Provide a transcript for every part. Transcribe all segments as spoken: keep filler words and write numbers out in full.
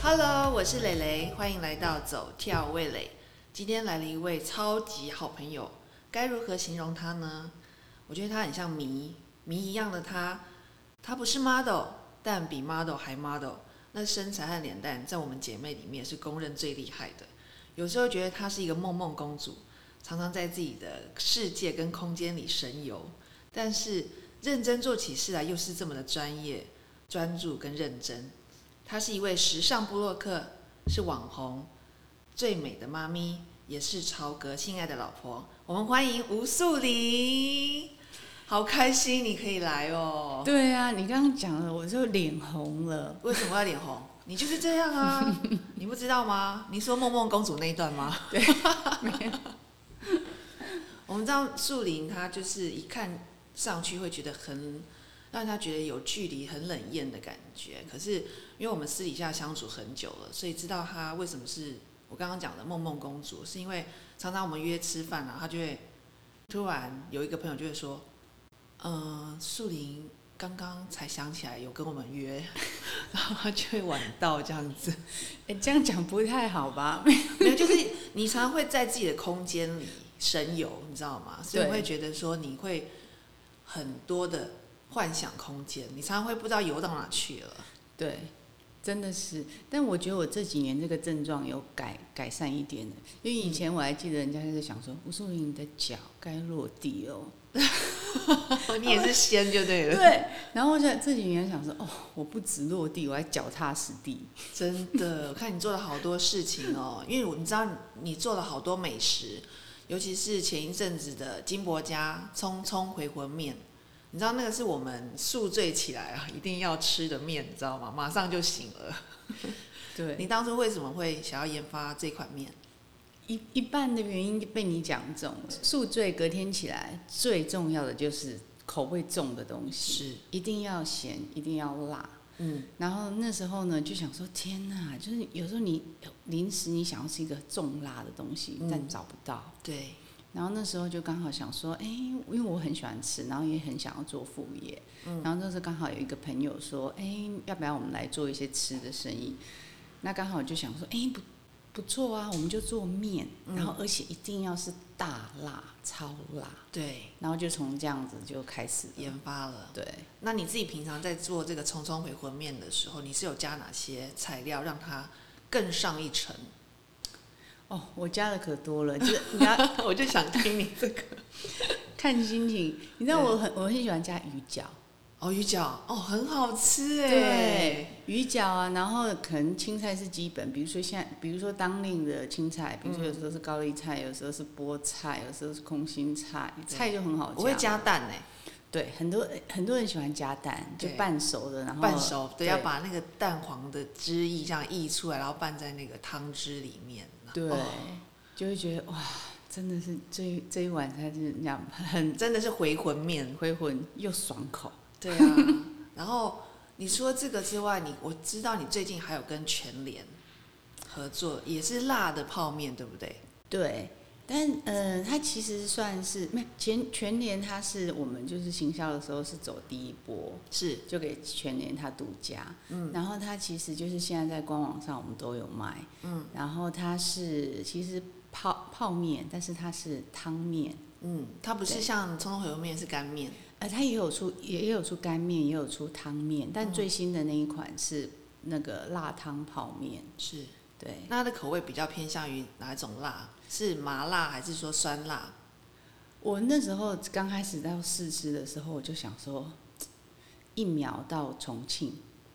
Hello， 我是蕾蕾，欢迎来到走跳味蕾。今天来了一位超级好朋友，该如何形容他呢？我觉得他很像迷迷一样的他，他不是 model， 但比 model 还 model。那身材和脸蛋在我们姐妹里面是公认最厉害的。有时候觉得她是一个梦梦公主，常常在自己的世界跟空间里神游，但是认真做起事来又是这么的专业、专注跟认真。她是一位时尚部落客，是网红，最美的妈咪，也是曹格亲爱的老婆。我们欢迎吴素玲，好开心你可以来哦。 对啊，你刚刚讲了，我就脸红了。 为什么要脸红？你就是这样啊，你不知道吗？你说梦梦公主那一段吗？ 对，没有。 我们知道素玲她就是一看上去会觉得很让她觉得有距离、很冷艳的感觉。可是因为我们私底下相处很久了，所以知道她为什么是我刚刚讲的梦梦公主，是因为常常我们约吃饭啊，她就会突然有一个朋友就会说，嗯、呃，素玲刚刚才想起来有跟我们约，然后她就会晚到这样子。 哎，这样讲不太好吧？ 没有，就是你常常会在自己的空间里神游，你知道吗？所以我会觉得说你会很多的幻想空间，你常常会不知道游到哪去了。 对，真的是。但我觉得我这几年这个症状有改改善一点了，因为以前我还记得人家在想说，吴素玲你的脚该落地哦。 你也是仙就对了。 对，然后我想这几年想说，哦，我不止落地，我还脚踏实地。 真的，我看你做了好多事情哦，因为你知道你做了好多美食，尤其是前一阵子的金箔家葱葱回魂面，你知道那个是我们宿醉起来啊一定要吃的面，你知道吗？马上就醒了。 对， 你当初为什么会想要研发这款面？ 一一半的原因被你讲中了。宿醉隔天起来，最重要的就是口味重的东西， 是一定要咸，一定要辣。 嗯， 然后那时候呢，就想说，天哪，就是有时候你临时你想要吃一个重辣的东西， 嗯、 但找不到。 对。 然后那时候就刚好想说，哎，因为我很喜欢吃，然后也很想要做副业。嗯、然后那时候刚好有一个朋友说，哎，要不要我们来做一些吃的生意？那刚好就想说，哎，不。不错啊，我们就做面，然后而且一定要是大辣、超辣， 对， 然后就从这样子就开始研发了。 对， 那你自己平常在做这个葱葱回魂面的时候，你是有加哪些材料让它更上一层？ 哦，我加的可多了，就是你要， 我就想听你这个， 看心情。你知道我很我很喜欢加鱼饺。 哦，鱼饺哦，很好吃哎。 对，鱼饺啊，然后可能青菜是基本，比如说现在，比如说当令的青菜，比如说有时候是高丽菜，有时候是菠菜，有时候是空心菜，菜就很好加。 我会加蛋哎。 对，很多很多人喜欢加蛋，就半熟的，然后半熟，对，要把那个蛋黄的汁液这样溢出来，然后拌在那个汤汁里面。 对，哦、就会觉得哇，真的是这这一碗才是那样，很真的是回魂面， 回魂又爽口。 对啊，然后你除了这个之外，你我知道你最近还有跟全联合作，也是辣的泡面，对不对？ 对，但呃，它其实算是没全全联，它是我们就是行销的时候是走第一波， 是就给全联它独家，嗯，然后它其实就是现在在官网上我们都有卖，嗯，然后它是其实泡泡面，但是它是汤面， 嗯，它不是像葱葱回魂面是干面。 呃，它也有出，也有出干面，也有出汤面，但最新的那一款是那个辣汤泡面。 是， 对。 那它的口味比较偏向于哪一种辣？是麻辣还是说酸辣？ 我那时候刚开始到试吃的时候，我就想说，一秒到重庆。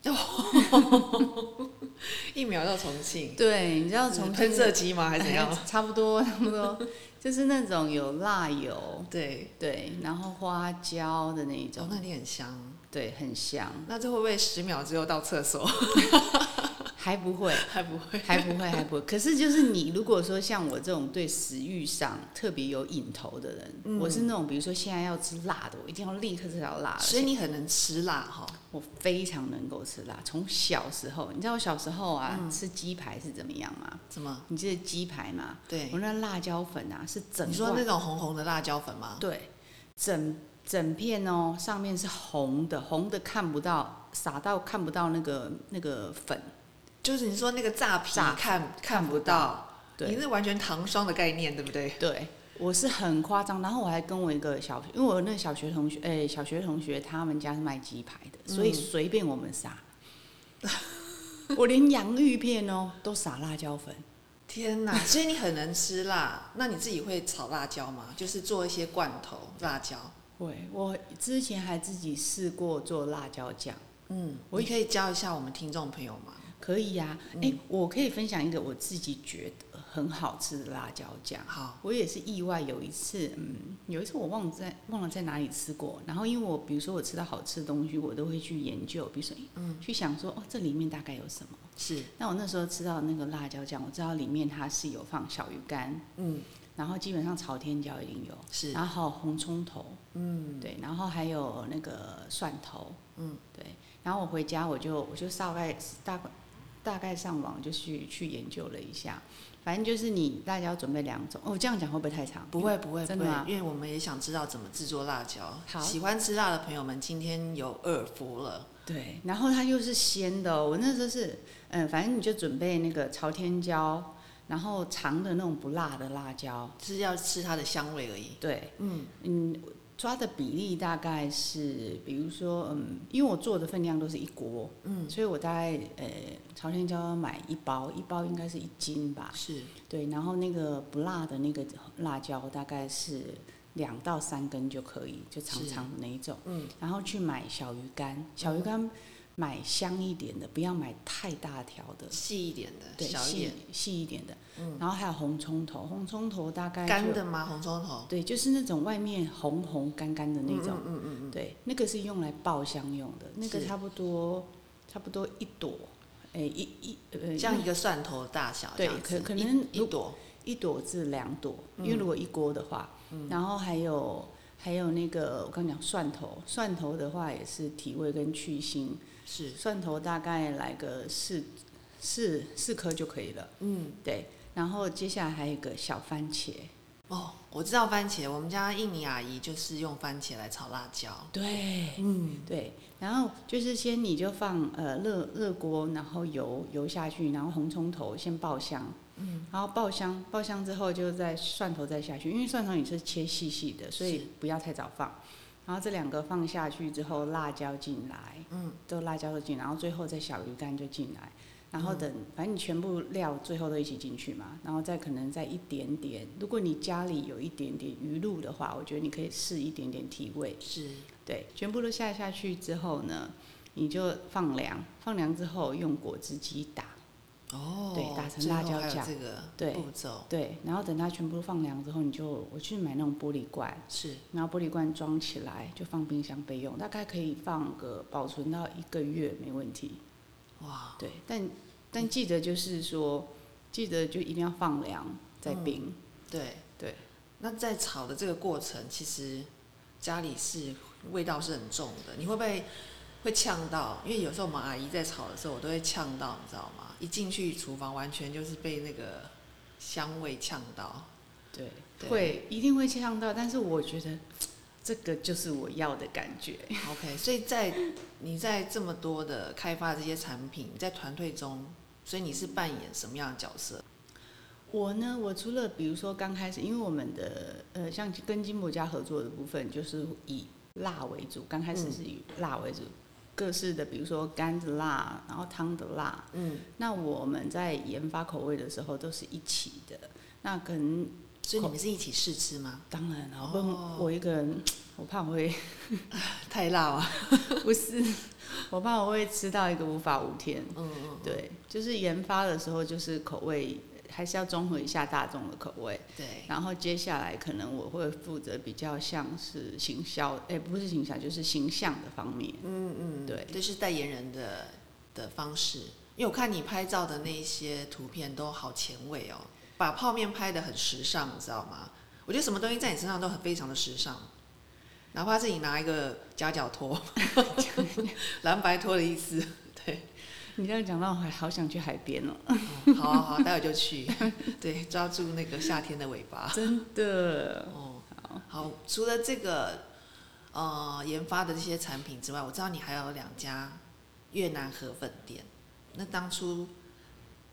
一秒到重庆。 对，你知道重庆喷射机吗？还是怎样？ 差不多，差不多，就是那种有辣油， 对对，然后花椒的那一种。 哦，那你很香。 对，很香。 那这会不会十秒之后到厕所？ 还不会， 还不会， 还不会，还不会。可是就是你如果说像我这种对食欲上特别有瘾头的人，嗯、我是那种比如说现在要吃辣的，我一定要立刻吃到辣的。 所以你很能吃辣哈？ 我非常能够吃辣。从小时候，你知道我小时候啊，嗯、吃鸡排是怎么样吗？ 怎么？ 你记得鸡排吗？ 对， 我那辣椒粉啊是整。 你说那种红红的辣椒粉吗？ 对，整整片哦，上面是红的，红的看不到，撒到看不到那个那个粉。 就是你说那个炸皮炸看看不到，对， 你是完全糖霜的概念，对不对？ 对，我是很夸张。然后我还跟我一个小，因为我那个小学同学，哎、欸，小学同学他们家是卖鸡排的，所以随便我们撒，嗯、我连洋芋片哦都撒辣椒粉。 天哪！所以你很能吃辣，那你自己会炒辣椒吗？就是做一些罐头辣椒。 会，我之前还自己试过做辣椒酱。 嗯，我你可以教一下我们听众朋友吗？ 可以呀、啊，哎、嗯欸，我可以分享一个我自己觉得很好吃的辣椒酱。 好， 我也是意外，有一次，嗯，有一次我忘了在忘了在哪里吃过。然后因为我比如说我吃到好吃的东西，我都会去研究，比如说，嗯，去想说，哦，这里面大概有什么。 是。 那我那时候吃到那个辣椒酱，我知道里面它是有放小鱼干，嗯，然后基本上朝天椒一定有， 是， 然后还有红葱头， 嗯， 对，然后还有那个蒜头，嗯，对。然后我回家我就我就大概大概。大概上网就去去研究了一下，反正就是你辣椒准备两种。哦，这样讲会不会太长？ 不会不会， 真的吗？ 因为我们也想知道怎么制作辣椒。 好， 喜欢吃辣的朋友们，今天有耳福了。 对，然后它又是鲜的、哦。我那时候是，嗯，反正你就准备那个朝天椒，然后长的那种不辣的辣椒， 是要吃它的香味而已。 对，嗯嗯。抓的比例大概是，比如说，嗯，因为我做的分量都是一锅，嗯，所以我大概呃朝天椒买一包，一包应该是一斤吧， 是， 对，然后那个不辣的那个辣椒大概是两到三根就可以，就长长的那一种，嗯，然后去买小鱼干，小鱼干买香一点的，不要买太大条的， 细一点的， 对， 小一点， 细一点的，嗯，然后还有红葱头，红葱头大概干的吗？红葱头， 对，就是那种外面红红干干的那种，嗯嗯嗯对，那个是用来爆香用的，那个差不多差不多一朵，哎、欸、一一呃， 像一个蒜头的大小， 对，可可能一朵一朵至两朵，因为如果一锅的话，嗯、然后还有还有那个我刚讲蒜头，蒜头的话也是提味跟去腥。 是蒜头大概来个四四四颗就可以了。嗯，对。然后接下来还有一个小番茄。 哦，我知道番茄，我们家印尼阿姨就是用番茄来炒辣椒。 对，嗯，对。然后就是先你就放呃热热锅，然后油油下去，然后红葱头先爆香。嗯。然后爆香爆香之后，就再蒜头再下去，因为蒜头你是切细细的，所以不要太早放。然后这两个放下去之后，辣椒进来，嗯，都辣椒都进来，然后最后再小鱼干就进来，然后等，嗯、反正你全部料最后都一起进去嘛，然后再可能再一点点，如果你家里有一点点鱼露的话，我觉得你可以试一点点提味， 是， 对，全部都下下去之后呢，你就放凉，放凉之后用果汁机打。 哦， 对，打成辣椒酱， 这个步骤， 对，然后等它全部放凉之后，你就我去买那种玻璃罐， 是， 然后玻璃罐装起来就放冰箱备用，大概可以放个保存到一个月没问题。 哇， 对，但但记得就是说，记得就一定要放凉再冰。 嗯、对对， 那在炒的这个过程，其实家里是味道是很重的，你会不会会呛到？因为有时候我们阿姨在炒的时候，我都会呛到，你知道吗？一进去厨房，完全就是被那个香味呛到。 对，对会一定会呛到，但是我觉得这个就是我要的感觉。 OK， 所以在你在这么多的开发这些产品，在团队中，所以你是扮演什么样的角色？ 我呢，我除了比如说刚开始，因为我们的呃，像跟金箔家合作的部分，就是以辣为主，刚开始是以辣为主。嗯各式的，比如说干的辣，然后汤的辣，嗯，那我们在研发口味的时候都是一起的。那可能， 所以你们是一起试吃吗？ 当然了，不、哦，我一个人，我怕我会太辣吗？ 不是，我怕我会吃到一个无法无天。嗯嗯，对，就是研发的时候，就是口味。还是要综合一下大众的口味， 对。 然后接下来可能我会负责比较像是行销，哎，不是行销，就是形象的方面。嗯嗯，对， 这是代言人的的方式。因为我看你拍照的那些图片都好前卫哦，把泡面拍得很时尚，你知道吗？我觉得什么东西在你身上都很非常的时尚，哪怕是你拿一个夹脚拖，蓝白拖的意思，对。 你这样讲到，我还好想去海边哦。 哦好好好，待会就去。对，抓住那个夏天的尾巴。 真的。 哦，好。好，除了这个呃研发的这些产品之外，我知道你还有两家越南河粉店。那当初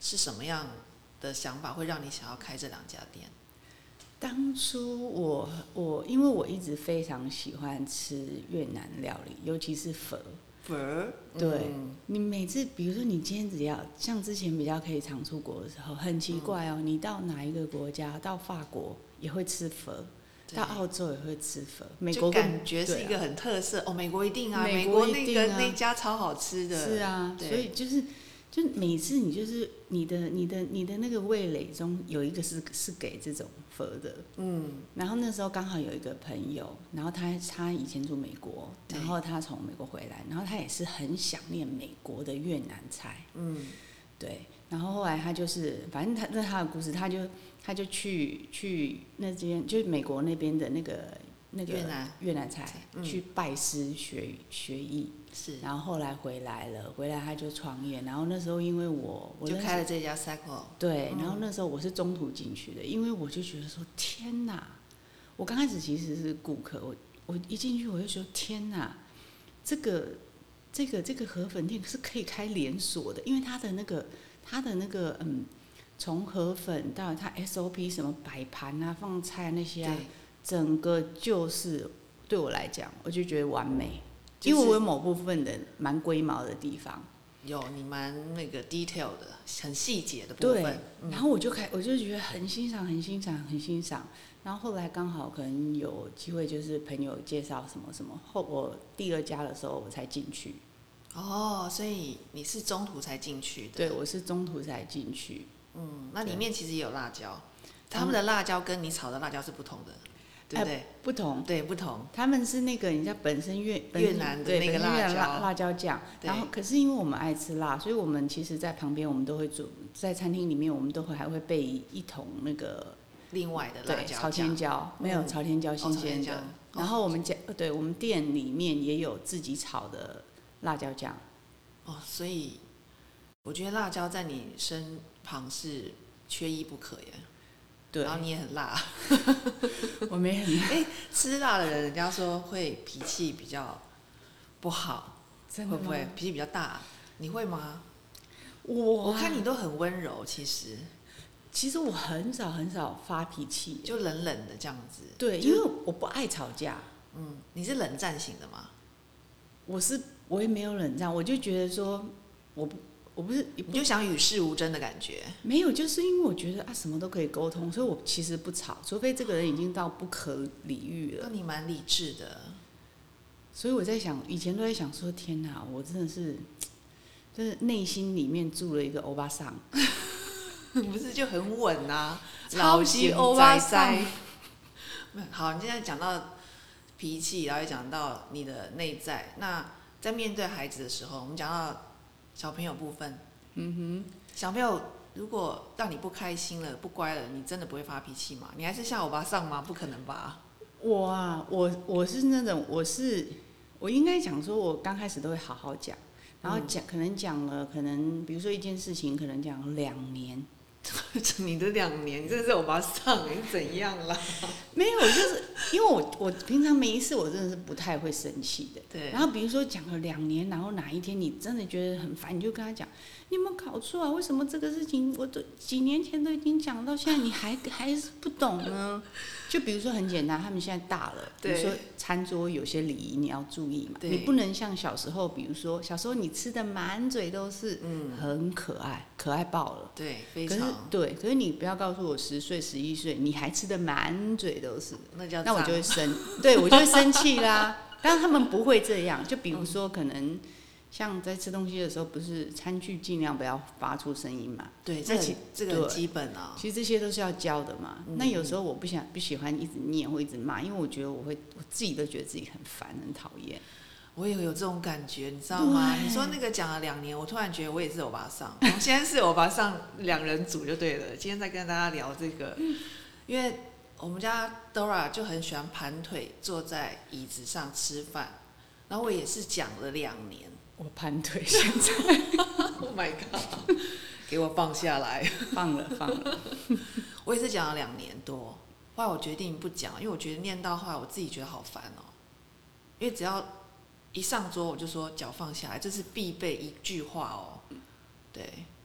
是什么样的想法会让你想要开这两家店？ 当初我我因为我一直非常喜欢吃越南料理，尤其是粉。 粉， 对、 嗯、 你每次，比如说你今天只要像之前比较可以常出国的时候，很奇怪哦，嗯、你到哪一个国家，到法国也会吃粉，到澳洲也会吃粉，美国感觉是一个很特色、啊、哦，美国一定啊，美国一定、啊、美国那个那家超好吃的， 是啊，所以就是就每次你就是你的你的你的那个味蕾中有一个是是给这种粉的，嗯，然后那时候刚好有一个朋友，然后他他以前住美国，然后他从美国回来，然后他也是很想念美国的越南菜，嗯，对，然后后来他就是反正他那他的故事，他就他就去去那边就是美国那边的那个那个越南越南菜、嗯、去拜师学学艺。 是， 然后后来回来了，回来他就创业，然后那时候因为我我就开了这家 Cycle， 对、嗯，然后那时候我是中途进去的，因为我就觉得说天哪，我刚开始其实是顾客，我我一进去我就说天哪，这个这个这个河粉店是可以开连锁的，因为它的那个它的那个嗯，从河粉到它 S O P 什么摆盘啊、放菜那些啊，整个就是对我来讲，我就觉得完美。因为我有某部分的蛮龟毛的地方， 有你蛮那个 detail 的，很细节的部分。 对，嗯、然后我就开，我就觉得很欣赏，很欣赏，很欣赏。然后后来刚好可能有机会，就是朋友介绍什么什么，后我第二家的时候我才进去。 哦，所以你是中途才进去的？ 对，我是中途才进去。 嗯，那里面其实也有辣椒，他们的辣椒跟你炒的辣椒是不同的。对不对、呃？ 不同， 对不同。 他们是那个人家本身越越南的那个辣椒辣辣椒酱，然后可是因为我们爱吃辣，所以我们其实在旁边我们都会煮，在餐厅里面我们都会还会备一桶那个另外的辣椒酱， 朝天椒，没有朝天椒新鲜的。哦、然后我们家、哦、对我们店里面也有自己炒的辣椒酱。 哦，所以我觉得辣椒在你身旁是缺一不可耶。 对， 然后你也很辣， 我没很辣。 哎，吃辣的人，人家说会脾气比较不好， 真的吗？ 会不会脾气比较大？你会吗？ 我我看你都很温柔，其实。 其实我很少很少发脾气， 就冷冷的这样子。 对，因为我不爱吵架。 嗯，你是冷战型的吗？ 我是，我也没有冷战，我就觉得说，我不。我不是， 你就想与世无争的感觉？ 没有，就是因为我觉得啊，什么都可以沟通，所以我其实不吵，除非这个人已经到不可理喻了。 那你蛮理智的。 所以我在想，以前都在想说，天哪，我真的是，就是内心里面住了一个欧巴桑， 不是就很稳啊， 超级欧巴桑。 好，你现在讲到脾气，然后也讲到你的内在，那在面对孩子的时候，我们讲到。小朋友部分，嗯哼，小朋友如果让你不开心了、不乖了，你真的不会发脾气吗？你还是像欧巴桑吗？不可能吧？ 我啊，我我是那种，我是我应该讲说，我刚开始都会好好讲，然后讲、嗯、可能讲了，可能比如说一件事情，可能讲两年。 你的两年，你真的是欧巴桑，你怎样啦？ 没有，就是因为我我平常每一次我真的是不太会生气的。 对。 然后比如说讲了两年，然后哪一天你真的觉得很烦，你就跟他讲，你有没有搞错啊？为什么这个事情我都几年前都已经讲到现在，你还还是不懂呢？就比如说很简单，他们现在大了，比如说餐桌有些礼仪你要注意嘛，你不能像小时候，比如说小时候你吃的满嘴都是，嗯，很可爱，可爱爆了。 对，非常。 对，可是你不要告诉我十岁、十一岁你还吃的满嘴都是， 那叫那我就会生，对我就会生气啦。但是他们不会这样，就比如说可能像在吃东西的时候，不是餐具尽量不要发出声音嘛？ 对，这这个很基本啊。 其实这些都是要教的嘛。嗯、那有时候我不想不喜欢一直念或一直骂，因为我觉得我会我自己都觉得自己很烦很讨厌。 我也有这种感觉，你知道吗？你说那个讲了两年，我突然觉得我也是欧巴桑。我们现在是欧巴桑两人组就对了。今天在跟大家聊这个，因为我们家 Dora 就很喜欢盘腿坐在椅子上吃饭，然后我也是讲了两年。 我盘腿现在 ，Oh my god！ 给我放下来， 放了放了。 我也是讲了两年多，后来我决定不讲，因为我觉得念到后来我自己觉得好烦哦，因为只要一上桌我就说脚放下来，这是必备一句话哦。对，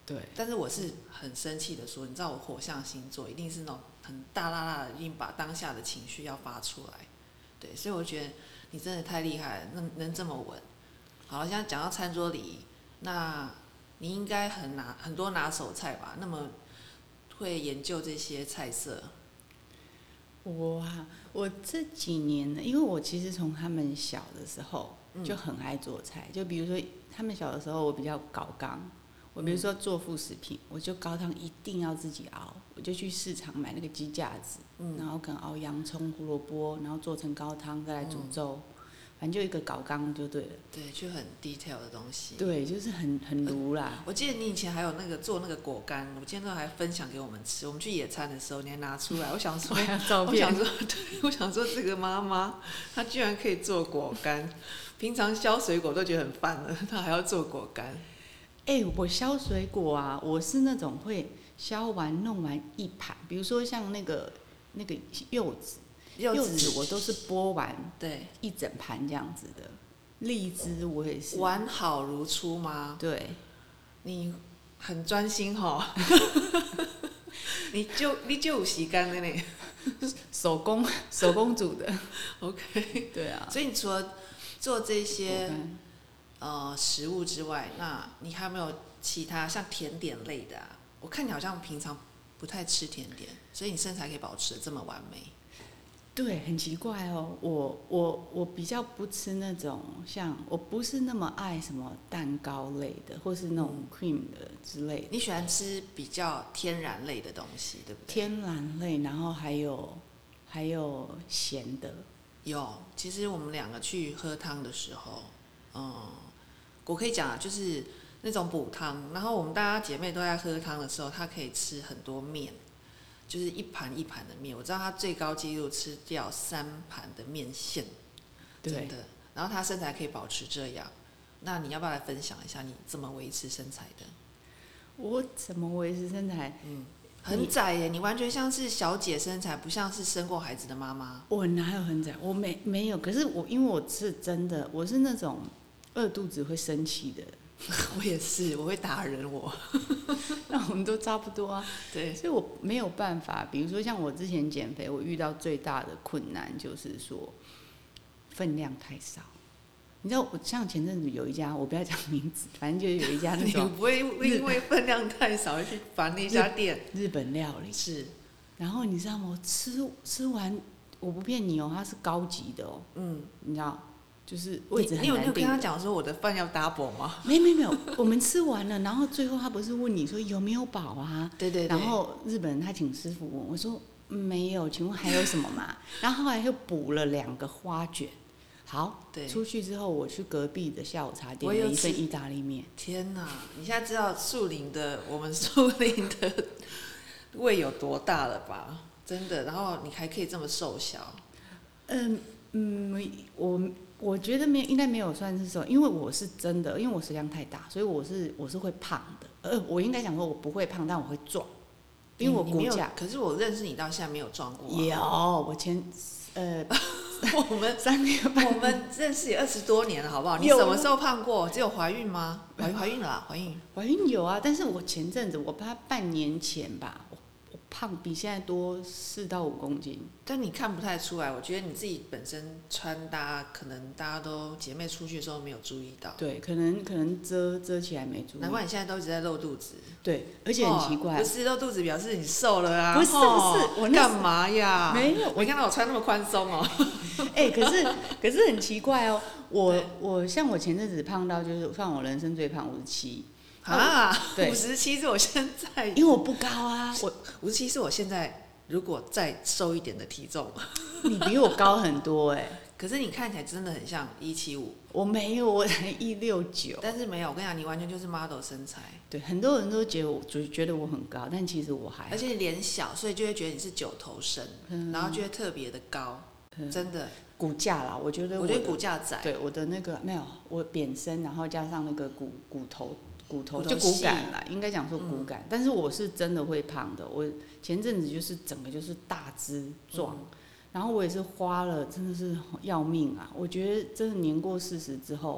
对， 但是我是很生气的说，你知道我火象星座一定是那种很大辣辣的，一定把当下的情绪要发出来。对，所以我觉得你真的太厉害了，能能这么稳。好，现在讲到餐桌礼仪，那你应该很拿很多拿手菜吧？那么会研究这些菜色。 我啊，我这几年呢，因为我其实从他们小的时候就很爱做菜，嗯、就比如说他们小的时候，我比较搞纲，我比如说做副食品，我就高汤一定要自己熬，我就去市场买那个鸡架子，嗯、然后可能熬洋葱、胡萝卜，然后做成高汤，再来煮粥。嗯反正就一个搞纲就对了， 对，就很 detail 的东西。 对，就是很很炉啦。 我记得你以前还有那个做那个果干，我今天都还分享给我们吃。我们去野餐的时候，你还拿出来，我想说，我想说，对，我想说这个妈妈她居然可以做果干，平常削水果都觉得很烦了，她还要做果干。 哎、欸，我削水果啊，我是那种会削完弄完一盘，比如说像那个那个柚子。柚子我都是剥完， 对， 一整盘这样子的。荔枝我也是完好如初吗？ 对， 你很专心齁，你就你就有时间的呢， 手工手工煮的。 OK， 对啊。 所以你除了做这些呃食物之外，那你还有没有其他像甜点类的啊？我看你好像平常不太吃甜点，所以你身材可以保持得这么完美。 对，很奇怪哦，我我我比较不吃那种像，我不是那么爱什么蛋糕类的，或是那种 cream 的之类的。 你喜欢吃比较天然类的东西，对不对？ 天然类，然后还有还有咸的。 有，其实我们两个去喝汤的时候，嗯，我可以讲啊，就是那种补汤，然后我们大家姐妹都在喝汤的时候，她可以吃很多面。就是一盘一盘的面，我知道他最高纪录吃掉三盘的面线，真的。然后他身材可以保持这样，那你要不要来分享一下你怎么维持身材的？ 我怎么维持身材？ 嗯，很窄耶，你完全像是小姐身材，不像是生过孩子的妈妈。 我哪有很窄？我没没有，可是我因为我是真的，我是那种饿肚子会生气的。 我也是，我会打人我。 那我们都差不多啊。 对， 所以我没有办法。比如说像我之前减肥，我遇到最大的困难就是说分量太少。你知道，我像前阵子有一家，我不要讲名字，反正就是有一家那种， 你不会因为分量太少去烦那家店？ 日本料理是。 然后你知道吗？我吃吃完，我不骗你哦，它是高级的哦。嗯，你知道。就是位置很难定的。 你有你有跟他讲说我的饭要 double 吗？ 没没没有，我们吃完了，然后最后他不是问你说有没有饱啊？ 对对对。 然后日本人他请师傅问我说没有，请问还有什么吗？然后后来又补了两个花卷。好，对。出去之后我去隔壁的下午茶店点了一份意大利面。 天哪！你现在知道树林的我们树林的胃有多大了吧？真的，然后你还可以这么瘦小。 嗯嗯，我。我觉得没应该没有算是瘦，因为我是真的，因为我食量太大，所以我是我是会胖的。呃，我应该讲说我不会胖，但我会壮，因为我骨架。 可是我认识你到现在没有壮过、啊。 有，我前呃， 我们三年半， 我们认识也二十多年了，好不好？你什么时候胖过？只有怀孕吗？怀怀孕了啦，怀孕。 怀孕有啊，但是我前阵子我怕半年前吧。胖比现在多四到五公斤， 但你看不太出来。我觉得你自己本身穿搭，可能大家都姐妹出去的时候没有注意到。 对，可能可能遮遮起来没注意。 难怪你现在都一直在露肚子。 对，而且很奇怪， 哦、不是露肚子表示你瘦了啊？ 不是不是，我干嘛呀？ 没有， 我看到我穿那么宽松哦。 哎、欸，可是可是很奇怪哦。我我像我前阵子胖到就是算我人生最胖五十七。 啊，五十七是我现在， 因为我不高啊，我五十七是我现在如果再瘦一点的体重。 你比我高很多哎、欸， 可是你看起来真的很像一七五。 我没有，我才一六九。 但是没有，我跟你讲，你完全就是 model 身材。 对，很多人都觉得我觉得我很高，但其实我还好， 而且脸小，所以就会觉得你是九头身，嗯、然后就会特别的高，嗯、真的。 骨架啦，我觉得我， 我觉得骨架窄。 对，我的那个没有，我扁身，然后加上那个骨骨头。骨头就骨感啦，应该讲说骨感、嗯，但是我是真的会胖的。我前阵子就是整个就是大只壮、嗯，然后我也是花了真的是要命啊！我觉得真的年过四十之后啊，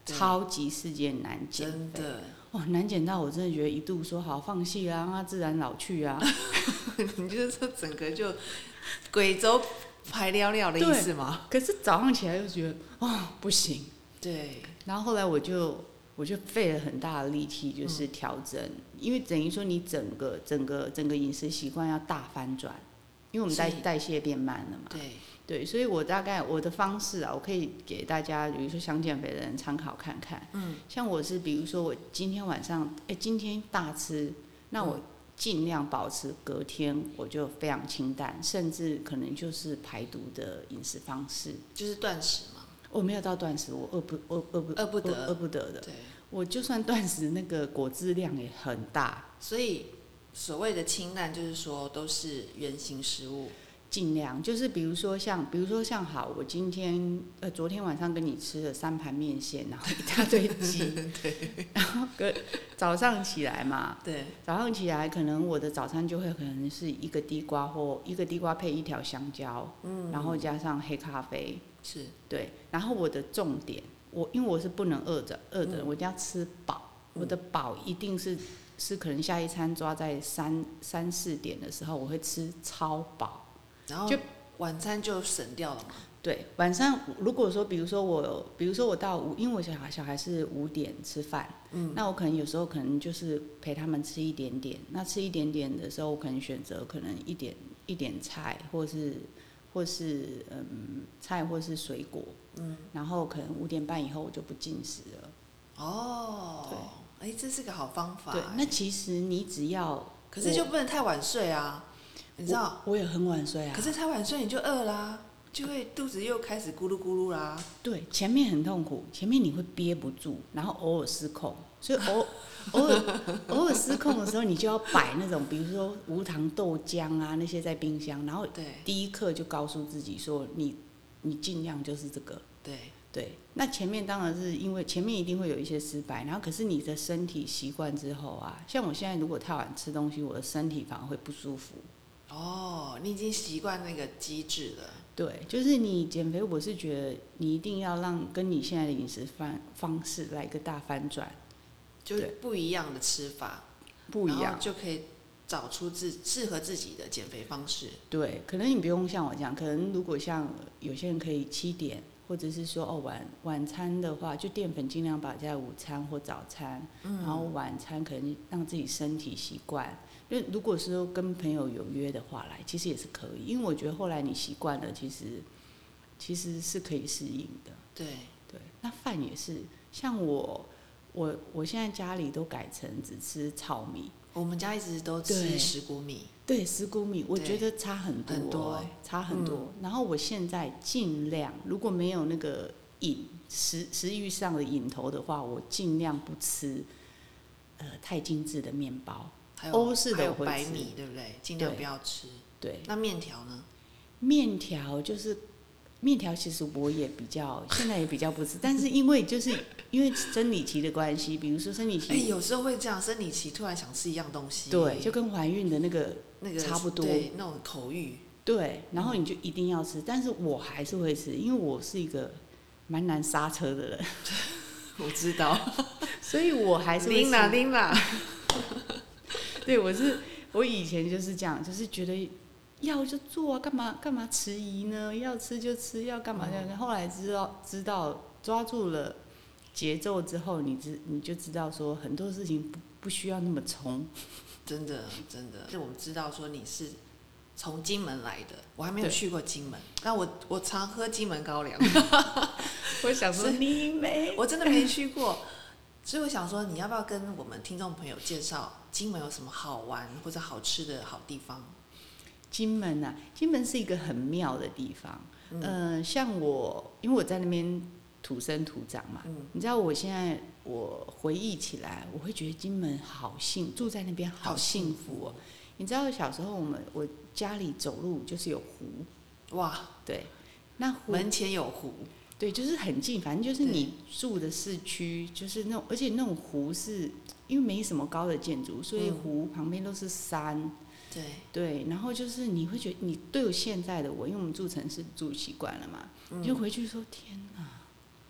超级世界难减肥， 真的， 哇，难减到我真的觉得一度说好放弃啊，让它自然老去啊。 你就是说整个就贵州排尿尿的意思吗？ 可是早上起来又觉得哦不行， 对， 然后后来我就我就费了很大的力气，就是调整，嗯、因为等于说你整个整个整个饮食习惯要大翻转，因为我们代代谢变慢了嘛。 对对，所以我大概我的方式啊，我可以给大家，比如说想减肥的人参考看看。嗯，像我是比如说我今天晚上，哎，今天大吃，那我尽量保持隔天我就非常清淡，甚至可能就是排毒的饮食方式， 就是断食嘛。 我没有到断食，我饿不饿饿不饿不得饿不得的。 对， 我就算断食，那个果汁量也很大。 所以所谓的清淡，就是说都是原型食物。 尽量就是比如说像比如说像好，我今天呃昨天晚上跟你吃了三盘面线，然后一大堆鸡， 对， 然后跟早上起来嘛， 对， 早上起来可能我的早餐就会可能是一个地瓜或一个地瓜配一条香蕉，嗯，然后加上黑咖啡， 是对，然后我的重点，我因为我是不能饿着饿着，嗯、我一定要吃饱，嗯、我的饱一定是是可能下一餐抓在三三四点的时候，我会吃超饱。 然后晚餐就省掉了嘛。 对，晚上如果说，比如说我，比如说我到五，因为我小孩小孩是五点吃饭，嗯，那我可能有时候可能就是陪他们吃一点点，那吃一点点的时候，我可能选择可能一点一点菜，或是或是嗯菜或是水果，嗯，然后可能五点半以后我就不进食了。 哦，对，哎，这是个好方法。 对，那其实你只要， 可是就不能太晚睡啊。你知道我, 我也很晚睡啊， 可是太晚睡你就饿啦，就会肚子又开始咕噜咕噜啦。 对，前面很痛苦，前面你会憋不住，然后偶尔失控，所以偶偶尔偶尔失控的时候，你就要摆那种，比如说无糖豆浆啊那些在冰箱，然后第一刻就告诉自己说你你尽量就是这个。 对对，那前面当然是因为前面一定会有一些失败，然后可是你的身体习惯之后啊，像我现在如果太晚吃东西，我的身体反而会不舒服。 哦，你已经习惯那个机制了。 对，就是你减肥，我是觉得你一定要让跟你现在的饮食方方式来个大翻转， 就是不一样的吃法， 不一样就可以找出自适合自己的减肥方式。 对，可能你不用像我这样，可能如果像有些人可以七点，或者是说哦晚晚餐的话，就淀粉尽量摆在午餐或早餐，嗯、然后晚餐可能让自己身体习惯。因为如果说跟朋友有约的话来，其实也是可以，因为我觉得后来你习惯了，其实其实是可以适应的。 对对，那饭也是，像我我我现在家里都改成只吃糙米， 我们家一直都吃石谷米。 对，石谷米，我觉得差很多， 很多欸、差很多、嗯。然后我现在尽量，如果没有那个瘾食食欲上的瘾头的话，我尽量不吃呃太精致的面包。欧式的我会吃， 还有白米，对不对？尽量不要吃。 对。 那面条呢？ 面条就是面条，其实我也比较现在也比较不吃，但是因为就是因为生理期的关系，比如说生理期， 哎、欸，有时候会这样，生理期突然想吃一样东西， 对，就跟怀孕的那个那个差不多， 对，那种口欲， 对，然后你就一定要吃，嗯、但是我还是会吃，因为我是一个蛮难刹车的人， 我知道， 所以我还是会吃。 拎啦拎啦。 对，我是我以前就是这样，就是觉得要就做啊，干嘛干嘛迟疑呢？要吃就吃，要干嘛这样、嗯。后来知道知道抓住了节奏之后，你知你就知道说很多事情不不需要那么冲。 真的真的，我们知道说你是从金门来的，我还没有去过金门，但我我常喝金门高粱。 我想说你没， 我真的没去过。所以我想说，你要不要跟我们听众朋友介绍金门有什么好玩或者好吃的好地方？ 金门啊，金门是一个很妙的地方。嗯，呃、像我，因为我在那边土生土长嘛，嗯、你知道，我现在我回忆起来，我会觉得金门好幸，住在那边好幸福哦。你知道，小时候我们我家里走路就是有湖， 哇， 对，那湖门前有湖。 对，就是很近，反正就是你住的市区，就是那种，而且那种湖是因为没什么高的建筑，所以湖旁边都是山。嗯、 对对，然后就是你会觉得，你对我现在的我，因为我们住城市住习惯了嘛，嗯、你就回去说天哪，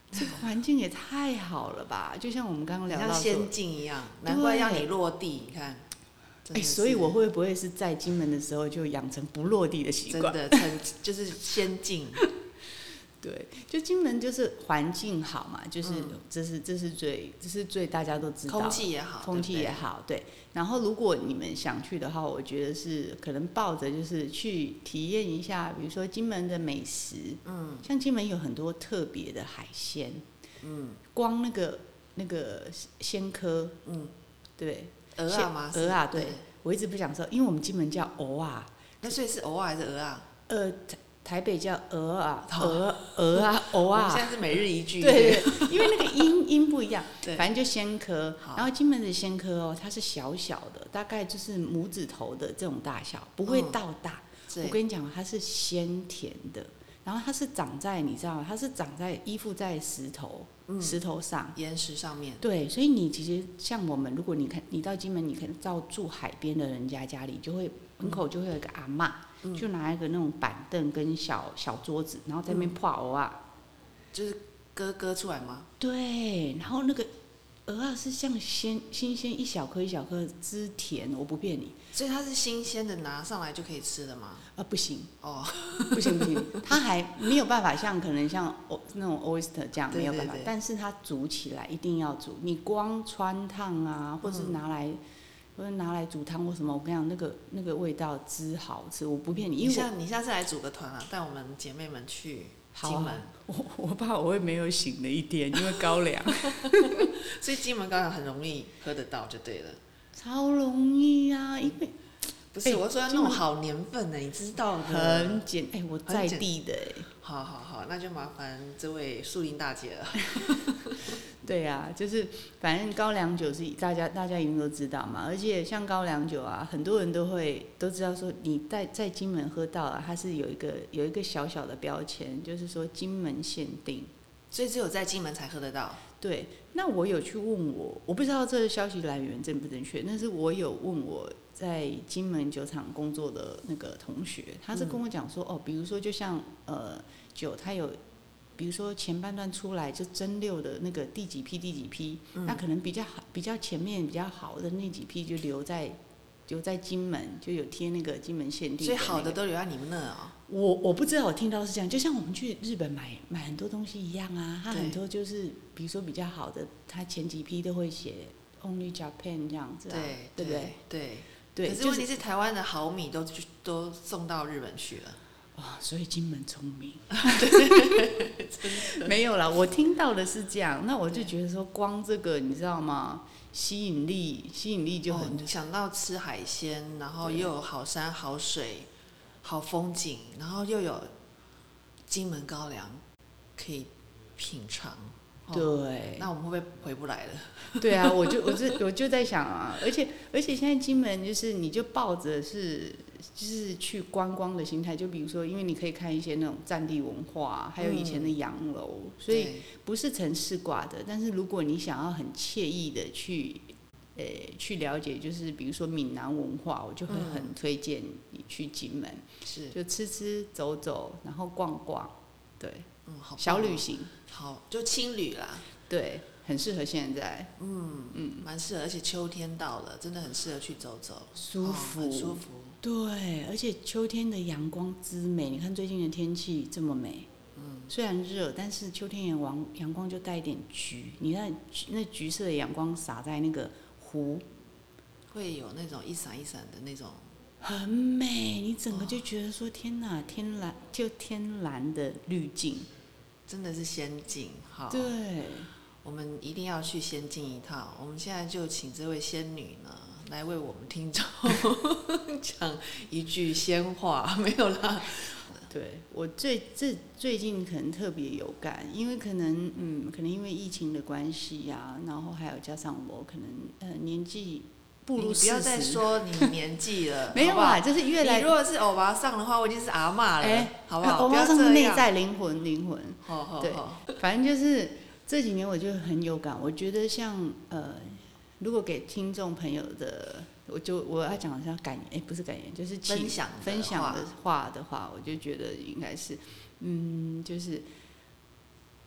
这个环境也太好了吧！就像我们刚刚聊到像仙境一样，难怪要你落地。你看， 哎、欸，所以我会不会是在金门的时候就养成不落地的习惯？ 真的，很就是仙境。 对，就金门就是环境好嘛，就是这是这是最这是最大家都知道， 空气也好， 空气也好，对。然后如果你们想去的话，我觉得是可能抱着就是去体验一下，比如说金门的美食，嗯，像金门有很多特别的海鲜，嗯，光那个那个鲜科，嗯，对， 鹅啊吗？ 鹅啊，对，我一直不想说，因为我们金门叫鹅啊， 那所以是鹅啊还是鹅啊？ 呃。台北叫鹅啊，鹅鹅啊，鹅啊。 我们现在是每日一句。 对对，因为那个音音不一样，反正就鲜科。然后金门的鲜科哦，它是小小的，大概就是拇指头的这种大小，不会到大。嗯、我跟你讲，它是鲜甜的，然后它是长在你知道吗？它是长在依附在石头、嗯、石头上、 岩石上面。 对，所以你其实像我们，如果你看你到金门，你可能到住海边的人家家里，就会门口就会有一个阿嬷。嗯、就拿一个那种板凳跟小小桌子，然后在那边泡鹅啊、嗯， 就是割割出来吗？ 对，然后那个鹅啊是像鲜新鲜一小颗一小颗，汁甜，我不骗你。 所以它是新鲜的，拿上来就可以吃的吗？ 啊，不行哦， 不行不行，它还没有办法像可能像那种 oyster 这样没有办法， 对对对， 但是它煮起来一定要煮，你光穿烫啊，或是拿来。嗯或者拿来煮汤或什么，我跟你讲，那个那个味道之好吃，我不骗你。因为你下你下次来组个团啊，带我们姐妹们去金门。 啊、我我怕我会没有醒的一天，因为高粱。 所以金门高粱很容易喝得到，就对了。 超容易啊，因为不是、欸、我说要弄好年份的，你知道的。 很简哎、欸，我在地的哎、欸。 好好好，那就麻烦这位树林大姐了。 对啊，就是反正高粱酒是大家大家一定都知道嘛，而且像高粱酒啊，很多人都会都知道说你在在金门喝到啊，它是有一个有一个小小的标签，就是说金门限定， 所以只有在金门才喝得到。 对，那我有去问我，我不知道这个消息来源正不正确，但是我有问我在金门酒厂工作的那个同学，他是跟我讲说，嗯、哦，比如说就像呃酒，它有。比如说前半段出来就蒸馏的那个第几批第几批，嗯、那可能比较好、比较前面比较好的那几批就留在留在金门，就有贴那个金门限定的、那個。 所以好的都留在你们那啊、 哦？我我不知道，我听到是这样，就像我们去日本买买很多东西一样啊，它很多就是比如说比较好的，它前几批都会写 Only Japan 这样子啊， 对对不对？ 对对。 可是问题是台湾的好米都都送到日本去了。 哦、所以金门聪明，没有啦，我听到的是这样，那我就觉得说，光这个你知道吗？吸引力，吸引力就很。 哦、想到吃海鲜，然后又有好山好水、好风景，然后又有金门高粱可以品尝。哦、 对， 那我们会不会回不来了？ 对啊，我就我就我就在想啊，而且而且现在金门就是你就抱着是就是去观光的心态，就比如说，因为你可以看一些那种战地文化，还有以前的洋楼，嗯、所以不是城市挂的。但是如果你想要很惬意的去呃去了解，就是比如说闽南文化，我就会很推荐你去金门， 是、嗯、 就吃吃走走，然后逛逛，对。 嗯，好， 小旅行， 好，就轻旅啦。 对，很适合现在。 嗯嗯，蛮适合，而且秋天到了，真的很适合去走走， 舒服， 哦、很舒服。 对，而且秋天的阳光之美，你看最近的天气这么美，嗯，虽然热，但是秋天阳光阳光就带一点橘，你看那橘色的阳光洒在那个湖， 会有那种一闪一闪的那种。 很美，你整个就觉得说天哪，天蓝就天蓝的滤镜， 真的是仙境。好， 对， 我们一定要去仙境一趟。我们现在就请这位仙女呢，来为我们听众讲一句仙话，没有啦。 对，我最这最近可能特别有感，因为可能嗯，可能因为疫情的关系呀、啊，然后还有加上我可能呃年纪。 你不要再说你年纪了， 没有啊， 好不好就是越来。 你如果是欧巴桑的话，我已经是阿嬷了，欸、好不好？ 欧巴桑是内在灵魂，灵魂。 好好好。 对，反正就是这几年我就很有感，我觉得像呃，如果给听众朋友的，我就我要讲一下感言，哎、欸，不是感言，就是分享分享的话的话，我就觉得应该是，嗯，就是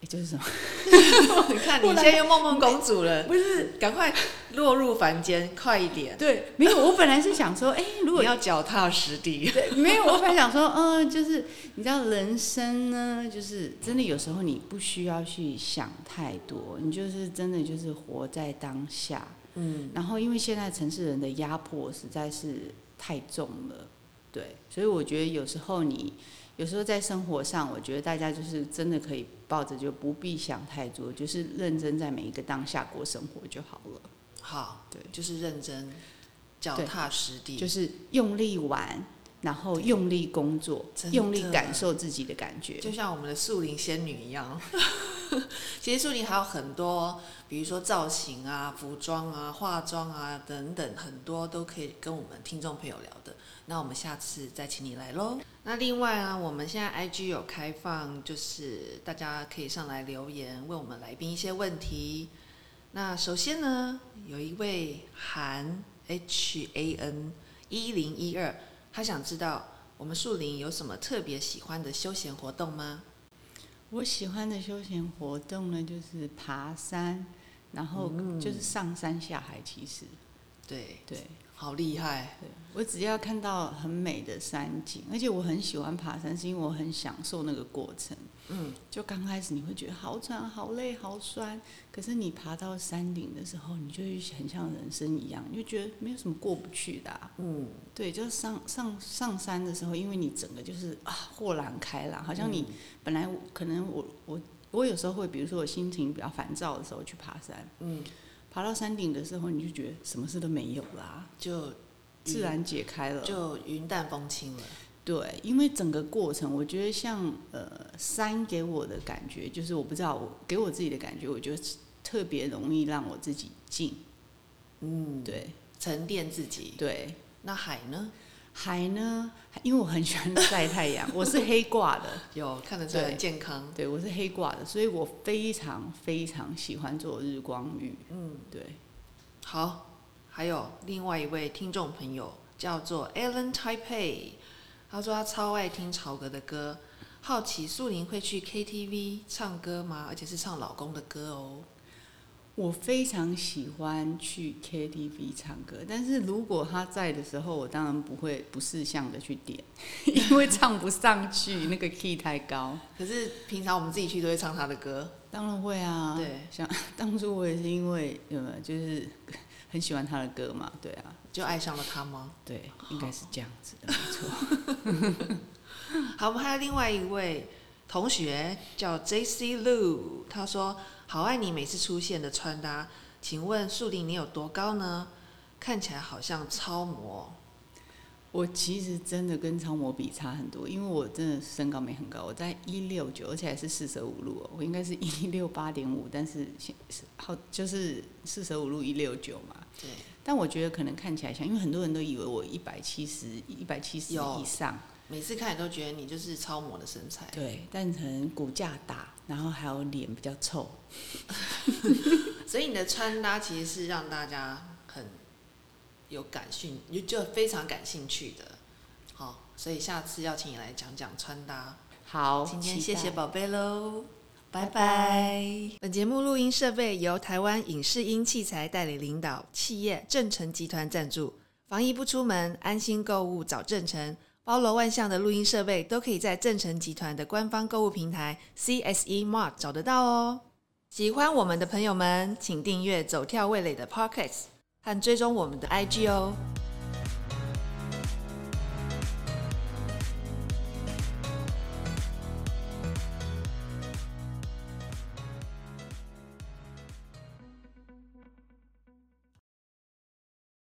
欸、就是什么？ 你看你现在又梦梦公主了， 不是， 赶快落入凡间，快一点。 对，没有，我本来是想说，哎、欸，如果你要脚踏实地。 对，没有，我本来想说，嗯、呃，就是你知道，人生呢，就是真的有时候你不需要去想太多，你就是真的就是活在当下。嗯，然后因为现在城市人的压迫实在是太重了，对，所以我觉得有时候你有时候在生活上，我觉得大家就是真的可以抱着就不必想太多，就是认真在每一个当下过生活就好了。 好， 对， 就是认真，脚踏实地， 就是用力玩。然后用力工作，用力感受自己的感觉， 就像我们的树林仙女一样。其实树林还有很多，比如说造型啊、服装啊、化妆啊等等，很多都可以跟我们听众朋友聊的。那我们下次再请你来咯。那另外啊，我们现在 I G 有开放，就是大家可以上来留言，问我们来宾一些问题。那首先呢，有一位韩 H A N 一零一二。他想知道我们树林有什么特别喜欢的休闲活动吗？ 我喜欢的休闲活动呢，就是爬山，然后就是上山下海。其实， 对对， 好厉害。 对，我只要看到很美的山景，而且我很喜欢爬山，是因为我很享受那个过程。嗯，就刚开始你会觉得好喘、好累、好酸，可是你爬到山顶的时候，你就会很像人生一样，你就觉得没有什么过不去的、啊。嗯，对，就是上上上山的时候，因为你整个就是啊豁然开朗，好像你本来可能我我我有时候会，比如说我心情比较烦躁的时候去爬山，嗯，爬到山顶的时候，你就觉得什么事都没有啦， 就自然解开了， 就云淡风轻了。 对，因为整个过程，我觉得像呃山给我的感觉，就是我不知道我给我自己的感觉，我觉得特别容易让我自己静，嗯，对， 沉淀自己。 对， 那海呢？ 海呢？因为我很喜欢晒太阳，我是黑挂的， 有看得出来很健康。 对，我是黑挂的，所以我非常非常喜欢做日光浴。嗯，对。 好，还有另外一位听众朋友叫做 Alan Taipei。他说他超爱听曹格的歌，好奇树林会去 K T V 唱歌吗？而且是唱老公的歌哦。 我非常喜欢去 K T V 唱歌，但是如果他在的时候，我当然不会不识相的去点，因为唱不上去，那个 key 太高。 可是平常我们自己去都会唱他的歌。 当然会啊， 对， 像当初我也是因为呃，就是很喜欢他的歌嘛，对啊， 就爱上了他吗？ 对，应该是这样子的，没错。 好，我们还有另外一位同学叫 J C Lu， 他说好爱你每次出现的穿搭，请问树林你有多高呢？看起来好像超模。 我其实真的跟超模比差很多，因为我真的身高没很高，我在一六九，而且还是四舍五入，我应该是一六八点五，但是好就是四舍五入一六九嘛。 对。 但我觉得可能看起来像，因为很多人都以为我一百七十、一百七十以上， 每次看你都觉得你就是超模的身材。 对，但可能骨架大，然后还有脸比较臭， 所以你的穿搭其实是让大家很有感兴趣，就非常感兴趣的。好，所以下次要请你来讲讲穿搭。 好， 今天谢谢宝贝喽。拜拜。本节目录音设备由台湾影视音器材代理领导企业正成集团赞助。防疫不出门，安心购物找正成。包罗万象的录音设备都可以在正成集团的官方购物平台 C S E Mart 找得到哦。喜欢我们的朋友们，请订阅走跳味蕾的 Podcast 和追踪我们的 I G 哦。